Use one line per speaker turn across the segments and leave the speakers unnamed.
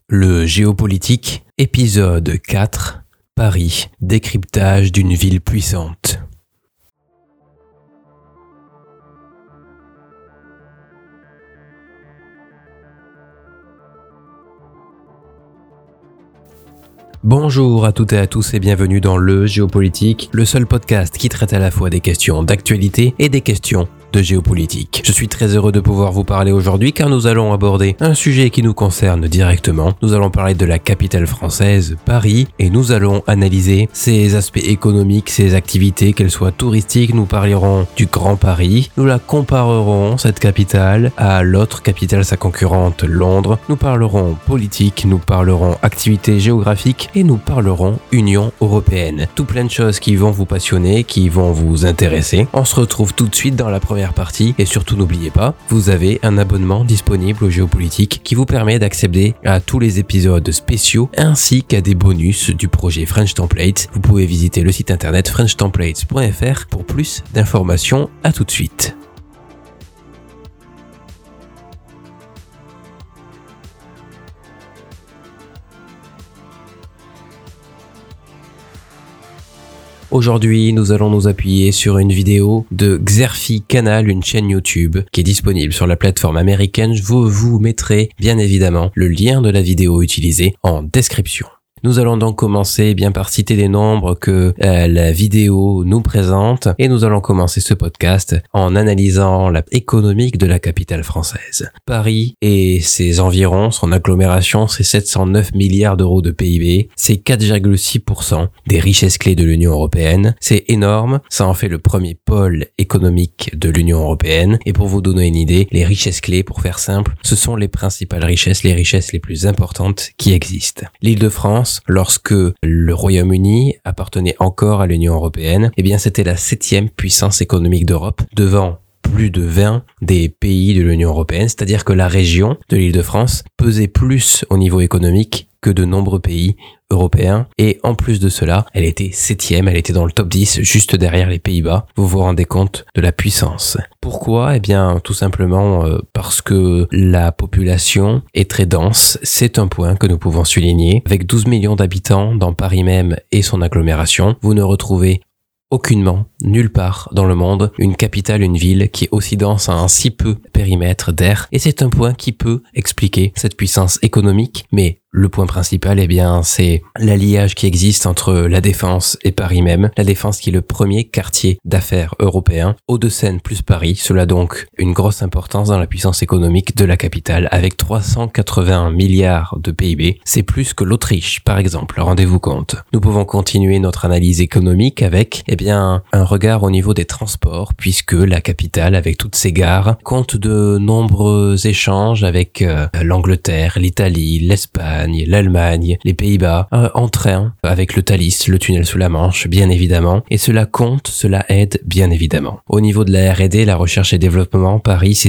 Le géopolitique, épisode 4, Paris, décryptage d'une ville puissante. Bonjour à toutes et à tous et bienvenue dans Le Géopolitique, le seul podcast qui traite à la fois des questions d'actualité et des questions de géopolitique. Je suis très heureux de pouvoir vous parler aujourd'hui car nous allons aborder un sujet qui nous concerne directement. Nous allons parler de la capitale française, Paris, et nous allons analyser ses aspects économiques, ses activités, qu'elles soient touristiques. Nous parlerons du Grand Paris. Nous la comparerons, cette capitale, à l'autre capitale, sa concurrente, Londres. Nous parlerons politique, nous parlerons activités géographiques et nous parlerons Union européenne. Tout plein de choses qui vont vous passionner, qui vont vous intéresser. On se retrouve tout de suite dans la première partie et surtout n'oubliez pas, vous avez un abonnement disponible au Géopolitique qui vous permet d'accéder à tous les épisodes spéciaux ainsi qu'à des bonus du projet French Templates. Vous pouvez visiter le site internet frenchtemplates.fr pour plus d'informations. À tout de suite. Aujourd'hui, nous allons nous appuyer sur une vidéo de Xerfi Canal, une chaîne YouTube qui est disponible sur la plateforme américaine. Je vous mettrai bien évidemment le lien de la vidéo utilisée en description. Nous allons donc commencer bien par citer les nombres que la vidéo nous présente et nous allons commencer ce podcast en analysant l'économique de la capitale française. Paris et ses environs, son agglomération, c'est 709 milliards d'euros de PIB, c'est 4,6% des richesses clés de l'Union européenne. C'est énorme, ça en fait le premier pôle économique de l'Union européenne. Et pour vous donner une idée, les richesses clés, pour faire simple, ce sont les principales richesses, les richesses les plus importantes qui existent. L'Île-de-France, lorsque le Royaume-Uni appartenait encore à l'Union européenne, eh bien c'était la 7e puissance économique d'Europe, devant plus de 20 des pays de l'Union européenne, c'est-à-dire que la région de l'Île-de-France pesait plus au niveau économique que de nombreux pays européens, et en plus de cela, elle était 7e, elle était dans le top 10, juste derrière les Pays-Bas. Vous vous rendez compte de la puissance. Pourquoi ? Eh bien, tout simplement parce que la population est très dense, c'est un point que nous pouvons souligner. Avec 12 millions d'habitants dans Paris même et son agglomération, vous ne retrouvez aucunement, nulle part dans le monde, une capitale, une ville qui est aussi dense à un si peu périmètre d'air. Et c'est un point qui peut expliquer cette puissance économique, mais le point principal, eh bien, c'est l'alliage qui existe entre la Défense et Paris même. La Défense qui est le premier quartier d'affaires européen. Hauts-de-Seine plus Paris. Cela a donc une grosse importance dans la puissance économique de la capitale. Avec 381 milliards de PIB. C'est plus que l'Autriche, par exemple. Rendez-vous compte. Nous pouvons continuer notre analyse économique avec, eh bien, un regard au niveau des transports, puisque la capitale, avec toutes ses gares, compte de nombreux échanges avec l'Angleterre, l'Italie, l'Espagne, l'Allemagne, les Pays-Bas, en train, avec le Thalys, le tunnel sous la Manche, bien évidemment. Et cela compte, cela aide, bien évidemment. Au niveau de la R&D, la recherche et développement, Paris, c'est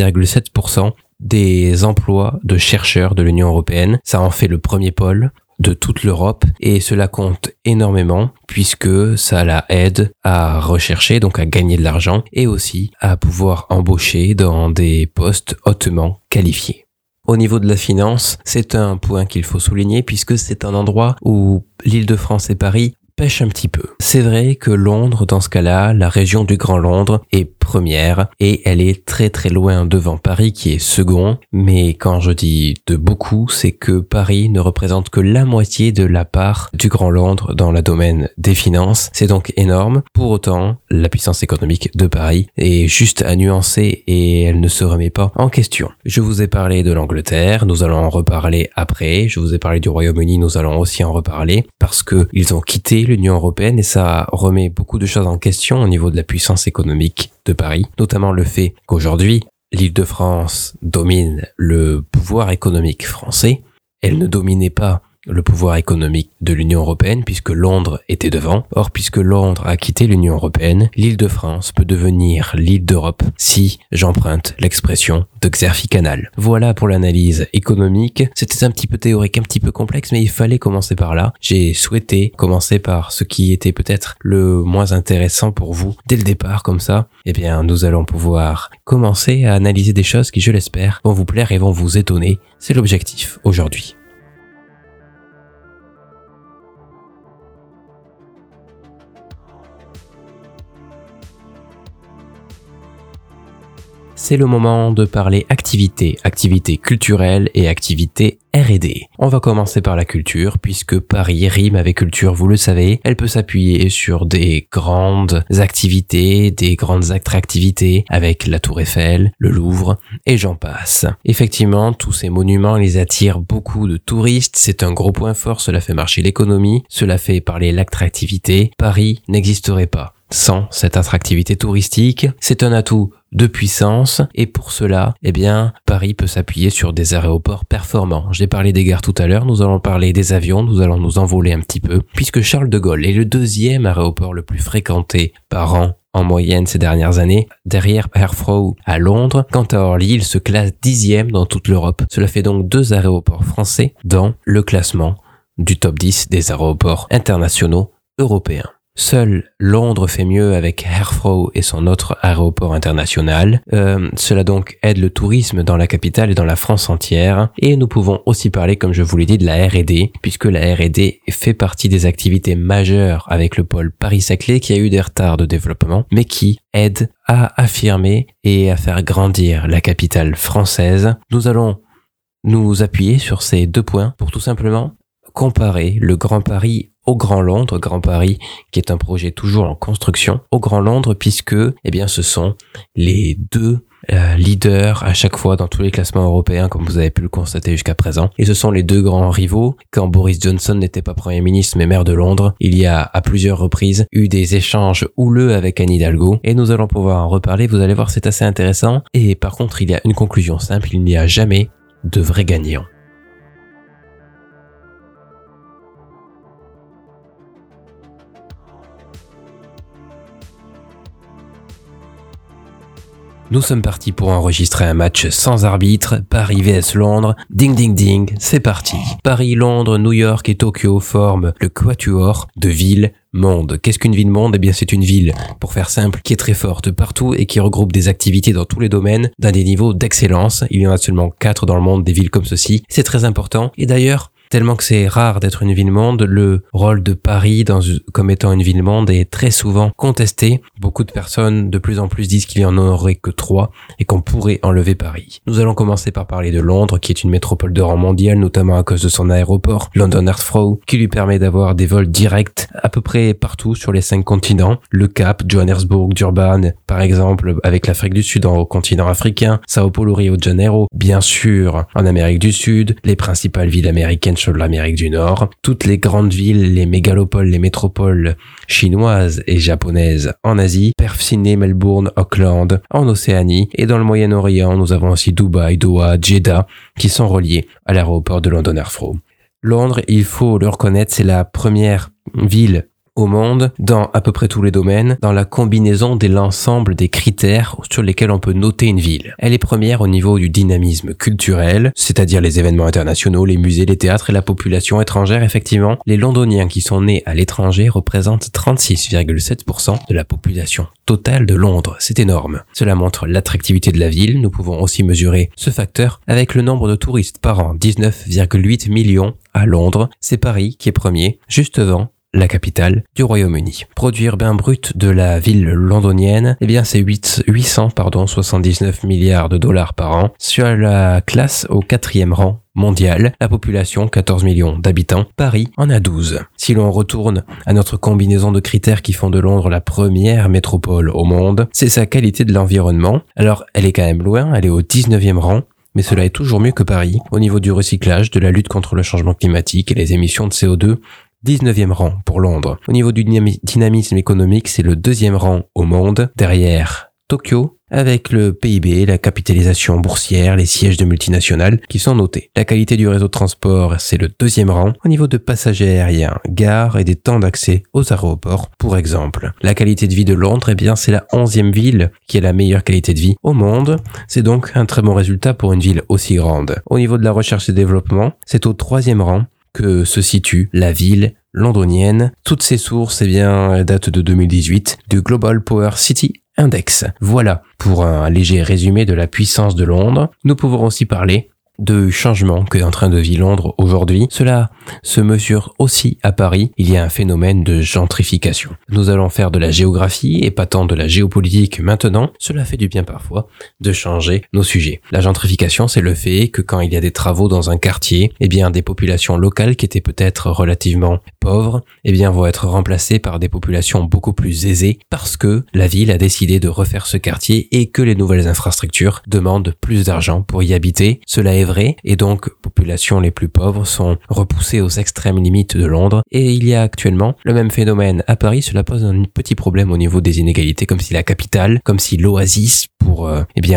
5,7% des emplois de chercheurs de l'Union européenne. Ça en fait le premier pôle de toute l'Europe et cela compte énormément puisque ça la aide à rechercher, donc à gagner de l'argent et aussi à pouvoir embaucher dans des postes hautement qualifiés. Au niveau de la finance, c'est un point qu'il faut souligner puisque c'est un endroit où l'Île-de-France et Paris pêchent un petit peu. C'est vrai que Londres, dans ce cas-là, la région du Grand Londres est première et elle est très très loin devant Paris qui est second. Mais quand je dis de beaucoup, c'est que Paris ne représente que la moitié de la part du Grand Londres dans le domaine des finances. C'est donc énorme. Pour autant, la puissance économique de Paris est juste à nuancer et elle ne se remet pas en question. Je vous ai parlé de l'Angleterre, nous allons en reparler après. Je vous ai parlé du Royaume-Uni, nous allons aussi en reparler parce que ils ont quitté l'Union européenne et ça remet beaucoup de choses en question au niveau de la puissance économique de Paris, notamment le fait qu'aujourd'hui, l'Île-de-France domine le pouvoir économique français. Elle ne dominait pas le pouvoir économique de l'Union européenne puisque Londres était devant. Or, puisque Londres a quitté l'Union européenne, l'Île-de-France peut devenir l'île d'Europe si j'emprunte l'expression de Xerfi Canal. Voilà pour l'analyse économique. C'était un petit peu théorique, un petit peu complexe, mais il fallait commencer par là. J'ai souhaité commencer par ce qui était peut-être le moins intéressant pour vous dès le départ, comme ça. Eh bien, nous allons pouvoir commencer à analyser des choses qui, je l'espère, vont vous plaire et vont vous étonner. C'est l'objectif aujourd'hui. c'est le moment de parler activité culturelle et activité R&D. On va commencer par la culture, puisque Paris rime avec culture, vous le savez. Elle peut s'appuyer sur des grandes activités, des grandes attractivités, avec la Tour Eiffel, le Louvre, et j'en passe. Effectivement, tous ces monuments, les attirent beaucoup de touristes, c'est un gros point fort, cela fait marcher l'économie, cela fait parler l'attractivité. Paris n'existerait pas sans cette attractivité touristique. C'est un atout de puissance et pour cela, Paris peut s'appuyer sur des aéroports performants. J'ai parlé des gares tout à l'heure, nous allons parler des avions, nous allons nous envoler un petit peu, puisque Charles de Gaulle est le deuxième aéroport le plus fréquenté par an en moyenne ces dernières années, derrière Heathrow à Londres. Quant à Orly, il se classe 10e dans toute l'Europe. Cela fait donc 2 aéroports français dans le classement du top 10 des aéroports internationaux européens. Seul Londres fait mieux avec Heathrow et son autre aéroport international. Cela donc aide le tourisme dans la capitale et dans la France entière. Et nous pouvons aussi parler, comme je vous l'ai dit, de la R&D, puisque la R&D fait partie des activités majeures avec le pôle Paris-Saclay qui a eu des retards de développement, mais qui aide à affirmer et à faire grandir la capitale française. Nous allons nous appuyer sur ces 2 points pour tout simplement comparer le Grand Paris au Grand Londres, Grand Paris qui est un projet toujours en construction, au Grand Londres puisque ce sont les 2 leaders à chaque fois dans tous les classements européens comme vous avez pu le constater jusqu'à présent. Et ce sont les 2 grands rivaux. Quand Boris Johnson n'était pas Premier ministre mais maire de Londres, il y a à plusieurs reprises eu des échanges houleux avec Anne Hidalgo et nous allons pouvoir en reparler, vous allez voir c'est assez intéressant. Et par contre il y a une conclusion simple, il n'y a jamais de vrai gagnant. Nous sommes partis pour enregistrer un match sans arbitre, Paris vs Londres, ding ding ding, c'est parti. Paris, Londres, New York et Tokyo forment le quatuor de villes monde. Qu'est-ce qu'une ville-monde ? C'est une ville, pour faire simple, qui est très forte partout et qui regroupe des activités dans tous les domaines, d'un des niveaux d'excellence. Il y en a seulement 4 dans le monde, des villes comme ceci. C'est très important. Et d'ailleurs, tellement que c'est rare d'être une ville-monde, le rôle de Paris comme étant une ville-monde est très souvent contesté. Beaucoup de personnes de plus en plus disent qu'il y en aurait que 3 et qu'on pourrait enlever Paris. Nous allons commencer par parler de Londres, qui est une métropole de rang mondial, notamment à cause de son aéroport, London Heathrow, qui lui permet d'avoir des vols directs à peu près partout sur les 5 continents. Le Cap, Johannesburg, Durban, par exemple, avec l'Afrique du Sud au continent africain, Sao Paulo, Rio de Janeiro, bien sûr, en Amérique du Sud, les principales villes américaines sur l'Amérique du Nord, toutes les grandes villes, les mégalopoles, les métropoles chinoises et japonaises en Asie, Perth, Sydney, Melbourne, Auckland, en Océanie et dans le Moyen-Orient, nous avons aussi Dubaï, Doha, Jeddah qui sont reliés à l'aéroport de London Heathrow. Londres, il faut le reconnaître, c'est la première ville au monde, dans à peu près tous les domaines, dans la combinaison de l'ensemble des critères sur lesquels on peut noter une ville. Elle est première au niveau du dynamisme culturel, c'est-à-dire les événements internationaux, les musées, les théâtres et la population étrangère. Effectivement, les Londoniens qui sont nés à l'étranger représentent 36,7% de la population totale de Londres. C'est énorme. Cela montre l'attractivité de la ville. Nous pouvons aussi mesurer ce facteur avec le nombre de touristes par an, 19,8 millions à Londres. C'est Paris qui est premier, juste devant la capitale du Royaume-Uni. Produit urbain brut de la ville londonienne, c'est 879 milliards de dollars par an, sur la classe au 4e rang mondial. La population, 14 millions d'habitants. Paris en a 12. Si l'on retourne à notre combinaison de critères qui font de Londres la première métropole au monde, c'est sa qualité de l'environnement. Alors, elle est quand même loin, elle est au 19e rang, mais cela est toujours mieux que Paris. Au niveau du recyclage, de la lutte contre le changement climatique et les émissions de CO2, 19e rang pour Londres. Au niveau du dynamisme économique, c'est le 2e rang au monde, derrière Tokyo, avec le PIB, la capitalisation boursière, les sièges de multinationales qui sont notés. La qualité du réseau de transport, c'est le 2e rang. Au niveau de passagers aériens, gares et des temps d'accès aux aéroports, pour exemple. La qualité de vie de Londres, c'est la 11e ville qui a la meilleure qualité de vie au monde. C'est donc un très bon résultat pour une ville aussi grande. Au niveau de la recherche et développement, c'est au 3e rang que se situe la ville londonienne. Toutes ces sources, datent de 2018, du Global Power City Index. Voilà pour un léger résumé de la puissance de Londres. Nous pouvons aussi parler de changement qu'est en train de vivre Londres aujourd'hui, cela se mesure aussi à Paris. Il y a un phénomène de gentrification. Nous allons faire de la géographie et pas tant de la géopolitique maintenant. Cela fait du bien parfois de changer nos sujets. La gentrification, c'est le fait que quand il y a des travaux dans un quartier, eh bien des populations locales qui étaient peut-être relativement pauvres, eh bien vont être remplacées par des populations beaucoup plus aisées parce que la ville a décidé de refaire ce quartier et que les nouvelles infrastructures demandent plus d'argent pour y habiter. Cela est vrai et donc populations les plus pauvres sont repoussées aux extrêmes limites de Londres et il y a actuellement le même phénomène à Paris. Cela pose un petit problème au niveau des inégalités, comme si la capitale, comme si l'oasis pour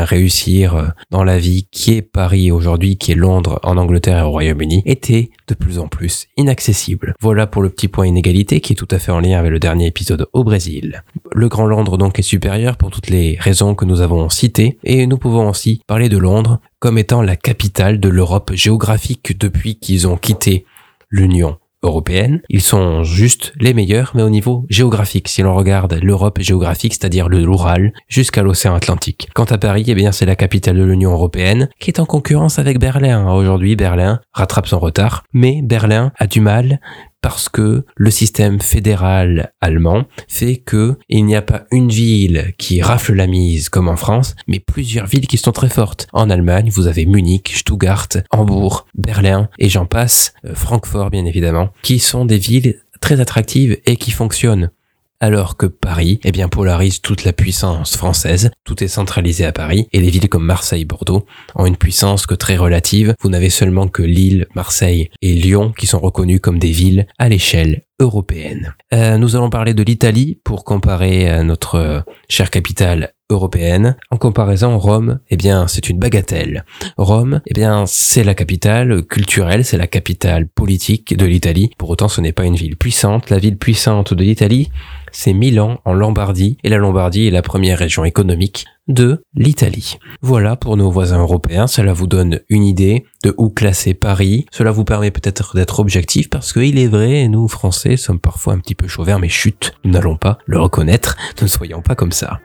réussir dans la vie qui est Paris aujourd'hui, qui est Londres en Angleterre et au Royaume-Uni, était de plus en plus inaccessible. Voilà pour le petit point inégalité qui est tout à fait en lien avec le dernier épisode au Brésil. Le Grand Londres donc est supérieur pour toutes les raisons que nous avons citées et nous pouvons aussi parler de Londres comme étant la capitale de l'Europe géographique depuis qu'ils ont quitté l'Union européenne. Ils sont juste les meilleurs, mais au niveau géographique. Si l'on regarde l'Europe géographique, c'est-à-dire l'Oural, jusqu'à l'océan Atlantique. Quant à Paris, eh bien, c'est la capitale de l'Union européenne, qui est en concurrence avec Berlin. Aujourd'hui, Berlin rattrape son retard, mais Berlin a du mal parce que le système fédéral allemand fait que il n'y a pas une ville qui rafle la mise comme en France, mais plusieurs villes qui sont très fortes. En Allemagne, vous avez Munich, Stuttgart, Hambourg, Berlin et j'en passe, Francfort bien évidemment, qui sont des villes très attractives et qui fonctionnent. Alors que Paris, eh bien, polarise toute la puissance française, tout est centralisé à Paris, et les villes comme Marseille, Bordeaux ont une puissance que très relative. Vous n'avez seulement que Lille, Marseille et Lyon qui sont reconnus comme des villes à l'échelle européenne. Nous allons parler de l'Italie pour comparer à notre chère capitale européenne. En comparaison, Rome, eh bien, c'est une bagatelle. Rome, eh bien, c'est la capitale culturelle, c'est la capitale politique de l'Italie. Pour autant, ce n'est pas une ville puissante. La ville puissante de l'Italie, c'est Milan en Lombardie, et la Lombardie est la première région économique de l'Italie. Voilà pour nos voisins européens, cela vous donne une idée de où classer Paris. Cela vous permet peut-être d'être objectif parce qu'il est vrai, nous Français sommes parfois un petit peu chauverts, mais chut, nous n'allons pas le reconnaître, ne soyons pas comme ça.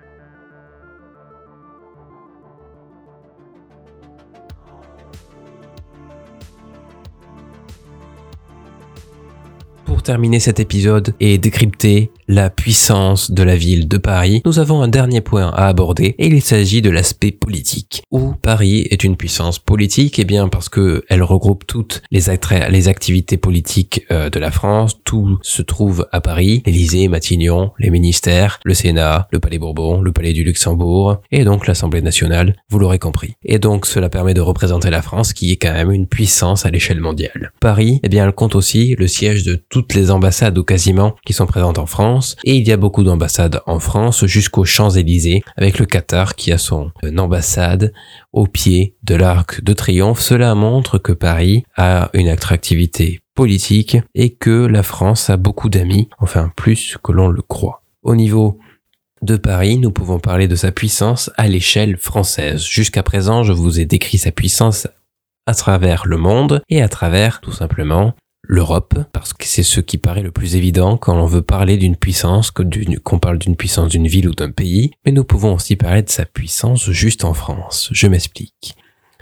Pour terminer cet épisode et décrypter la puissance de la ville de Paris, nous avons un dernier point à aborder et il s'agit de l'aspect politique. Où Paris est une puissance politique, eh bien parce que elle regroupe toutes les activités politiques de la France. Tout se trouve à Paris, l'Élysée, Matignon, les ministères, le Sénat, le Palais Bourbon, le Palais du Luxembourg et donc l'Assemblée nationale, vous l'aurez compris. Et donc cela permet de représenter la France qui est quand même une puissance à l'échelle mondiale. Paris, eh bien elle compte aussi le siège de toutes les ambassades ou quasiment qui sont présentes en France. Et il y a beaucoup d'ambassades en France jusqu'aux Champs-Élysées avec le Qatar qui a son ambassade au pied de l'Arc de Triomphe. Cela montre que Paris a une attractivité politique et que la France a beaucoup d'amis, enfin plus que l'on le croit. Au niveau de Paris, nous pouvons parler de sa puissance à l'échelle française. Jusqu'à présent, je vous ai décrit sa puissance à travers le monde et à travers tout simplement l'Europe, parce que c'est ce qui paraît le plus évident quand on veut parler d'une puissance, qu'on parle d'une puissance d'une ville ou d'un pays, mais nous pouvons aussi parler de sa puissance juste en France. Je m'explique.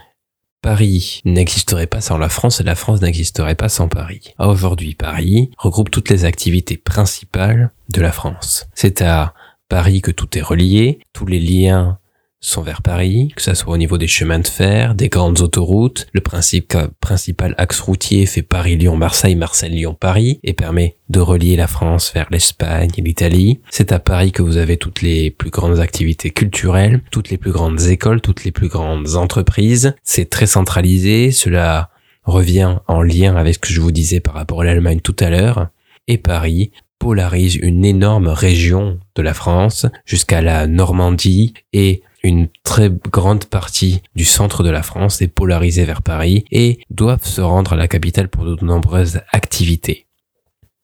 Paris n'existerait pas sans la France et la France n'existerait pas sans Paris. Aujourd'hui, Paris regroupe toutes les activités principales de la France. C'est à Paris que tout est relié, tous les liens sont vers Paris, que ça soit au niveau des chemins de fer, des grandes autoroutes. Le principal axe routier fait Paris-Lyon-Marseille, Marseille-Lyon-Paris et permet de relier la France vers l'Espagne et l'Italie. C'est à Paris que vous avez toutes les plus grandes activités culturelles, toutes les plus grandes écoles, toutes les plus grandes entreprises. C'est très centralisé, cela revient en lien avec ce que je vous disais par rapport à l'Allemagne tout à l'heure. Et Paris polarise une énorme région de la France jusqu'à la Normandie et une très grande partie du centre de la France est polarisée vers Paris et doivent se rendre à la capitale pour de nombreuses activités.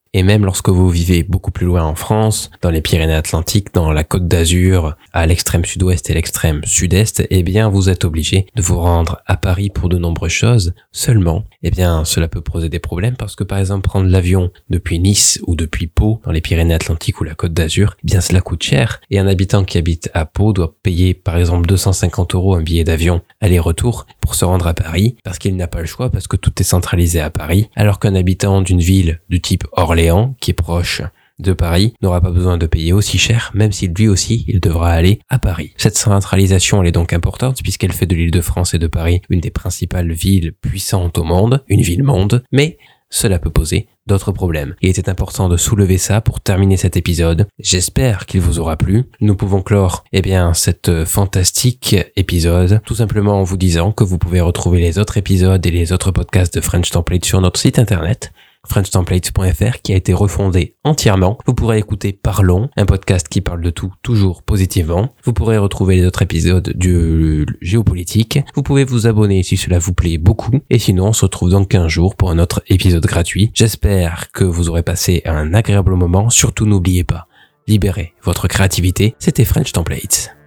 Et même lorsque vous vivez beaucoup plus loin en France, dans les Pyrénées-Atlantiques, dans la Côte d'Azur, à l'extrême sud-ouest et l'extrême sud-est, eh bien, vous êtes obligé de vous rendre à Paris pour de nombreuses choses. Seulement, eh bien, cela peut poser des problèmes parce que, par exemple, prendre l'avion depuis Nice ou depuis Pau, dans les Pyrénées-Atlantiques ou la Côte d'Azur, eh bien, cela coûte cher. Et un habitant qui habite à Pau doit payer, par exemple, 250 € un billet d'avion aller-retour pour se rendre à Paris parce qu'il n'a pas le choix parce que tout est centralisé à Paris. Alors qu'un habitant d'une ville du type Orléans, qui est proche de Paris, n'aura pas besoin de payer aussi cher, même si lui aussi, il devra aller à Paris. Cette centralisation, elle est donc importante, puisqu'elle fait de l'Île-de-France et de Paris une des principales villes puissantes au monde, une ville-monde, mais cela peut poser d'autres problèmes. Il était important de soulever ça pour terminer cet épisode. J'espère qu'il vous aura plu. Nous pouvons clore, cet fantastique épisode, tout simplement en vous disant que vous pouvez retrouver les autres épisodes et les autres podcasts de French Template sur notre site internet, FrenchTemplates.fr, qui a été refondé entièrement. Vous pourrez écouter Parlons, un podcast qui parle de tout, toujours positivement. Vous pourrez retrouver les autres épisodes du géopolitique. Vous pouvez vous abonner si cela vous plaît beaucoup. Et sinon, on se retrouve dans 15 jours pour un autre épisode gratuit. J'espère que vous aurez passé un agréable moment. Surtout, n'oubliez pas, libérez votre créativité. C'était French Templates.